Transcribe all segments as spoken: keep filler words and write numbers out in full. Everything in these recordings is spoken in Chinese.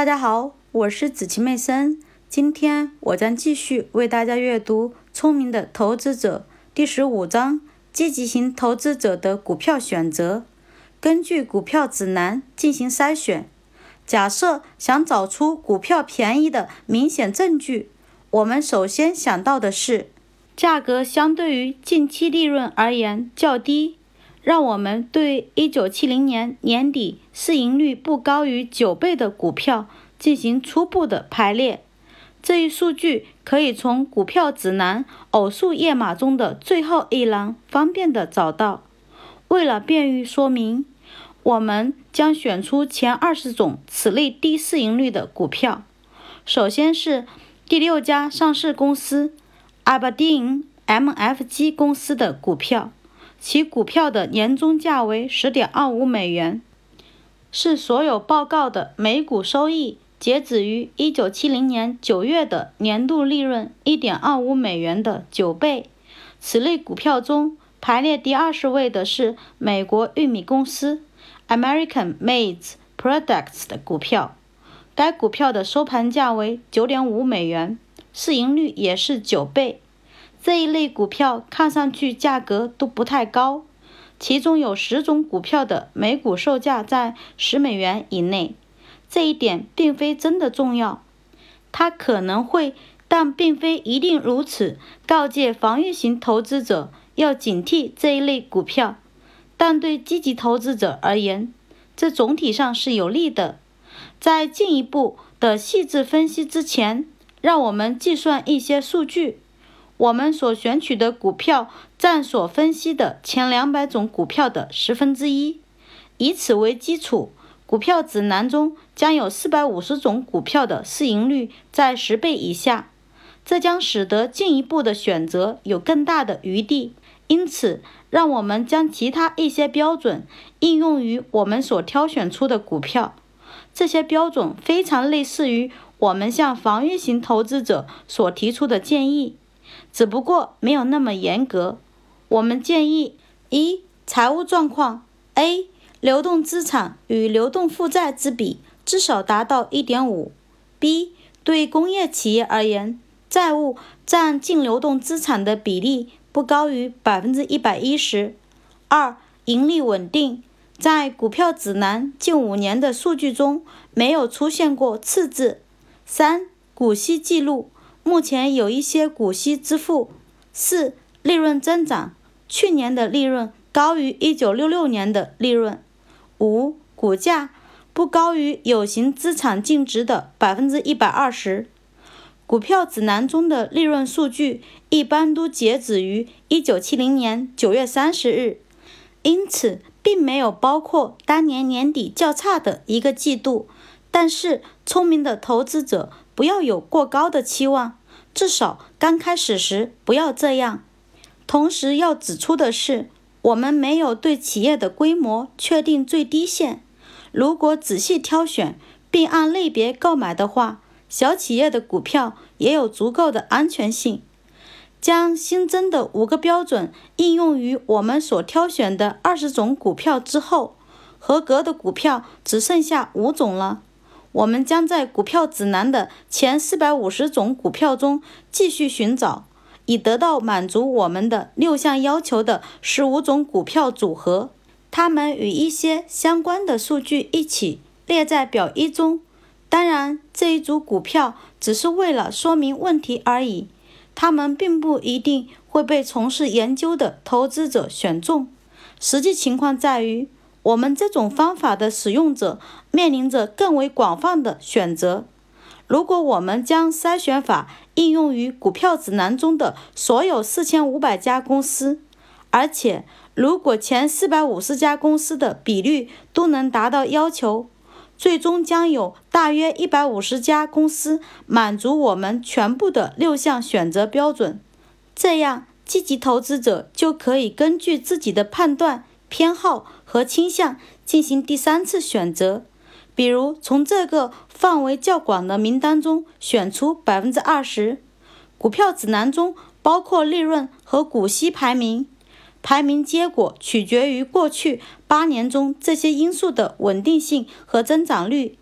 大家好，我是子琪妹森。今天我将继续为大家阅读《聪明的投资者》第十五章：积极型投资者的股票选择。根据股票指南进行筛选。假设想找出股票便宜的明显证据，我们首先想到的是，价格相对于近期利润而言较低。让我们对一九七零年年底市盈率不高于九倍的股票进行初步的排列。这一数据可以从股票指南偶数页码中的最后一栏方便地找到。为了便于说明，我们将选出前二十种此类低市盈率的股票。首先是第六家上市公司 Aberdeen M F G 公司的股票。其股票的年终价为 十点二五美元，是所有报告的每股收益截止于一九七零年九月的年度利润 一点二五美元的九倍。此类股票中排列第二十位的是美国玉米公司 American Maize Products 的股票，该股票的收盘价为 九点五美元，市盈率也是九倍。这一类股票看上去价格都不太高，其中有十种股票的每股售价在十美元以内。这一点并非真的重要，它可能会，但并非一定如此，告诫防御型投资者要警惕这一类股票。但对积极投资者而言，这总体上是有利的。在进一步的细致分析之前，让我们计算一些数据。我们所选取的股票占所分析的前两百种股票的十分之一。以此为基础，股票指南中将有四百五十种股票的市盈率在十倍以下，这将使得进一步的选择有更大的余地。因此，让我们将其他一些标准应用于我们所挑选出的股票。这些标准非常类似于我们向防御型投资者所提出的建议，只不过没有那么严格。我们建议：一、财务状况 A 流动资产与流动负债之比至少达到 一点五。 B 对工业企业而言，债务占净流动资产的比例不高于 百分之一百一十。 二、盈利稳定，在股票指南近五年的数据中没有出现过赤字。三、股息记录，目前有一些股息支付。四、利润增长，去年的利润高于一九六六年的利润。五、股价不高于有形资产净值的 百分之一百二十。 股票指南中的利润数据一般都截止于一九七零年九月三十日，因此并没有包括当年年底较差的一个季度。但是聪明的投资者不要有过高的期望，至少刚开始时不要这样。同时要指出的是，我们没有对企业的规模确定最低线。如果仔细挑选并按类别购买的话，小企业的股票也有足够的安全性。将新增的五个标准应用于我们所挑选的二十种股票之后，合格的股票只剩下五种了。我们将在股票指南的前四百五十种股票中继续寻找，以得到满足我们的六项要求的十五种股票组合。它们与一些相关的数据一起列在表一中。当然，这一组股票只是为了说明问题而已，它们并不一定会被从事研究的投资者选中。实际情况在于，我们这种方法的使用者面临着更为广泛的选择。如果我们将筛选法应用于股票指南中的所有四千五百家公司，而且如果前四百五十家公司的比率都能达到要求，最终将有大约一百五十家公司满足我们全部的六项选择标准。这样，积极投资者就可以根据自己的判断、偏好和倾向进行第三次选择，比如从这个范围较广的名单中选出 百分之二十。 股票指南中包括利润和股息排名，排名结果取决于过去八年中这些因素的稳定性和增长率。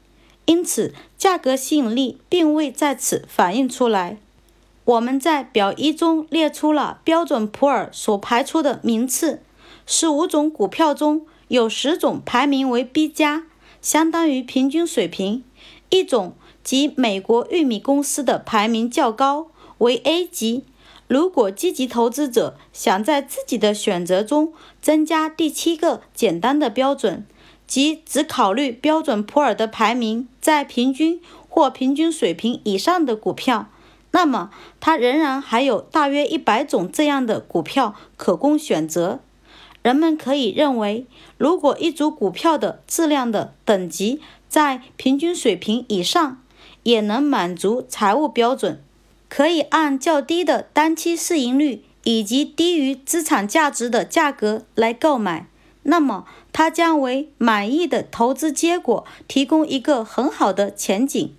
因此价格吸引力并未在此反映出来。我们在表一中列出了标准普尔所排出的名次，十五种股票中有十种排名为 B 加，相当于平均水平，一种即美国玉米公司的排名较高，为 A 级。如果积极投资者想在自己的选择中增加第七个简单的标准，即只考虑标准普尔的排名在平均或平均水平以上的股票，那么它仍然还有大约一百种这样的股票可供选择。人们可以认为，如果一组股票的质量的等级在平均水平以上，也能满足财务标准，可以按较低的单期市盈率以及低于资产价值的价格来购买，那么它将为满意的投资结果提供一个很好的前景。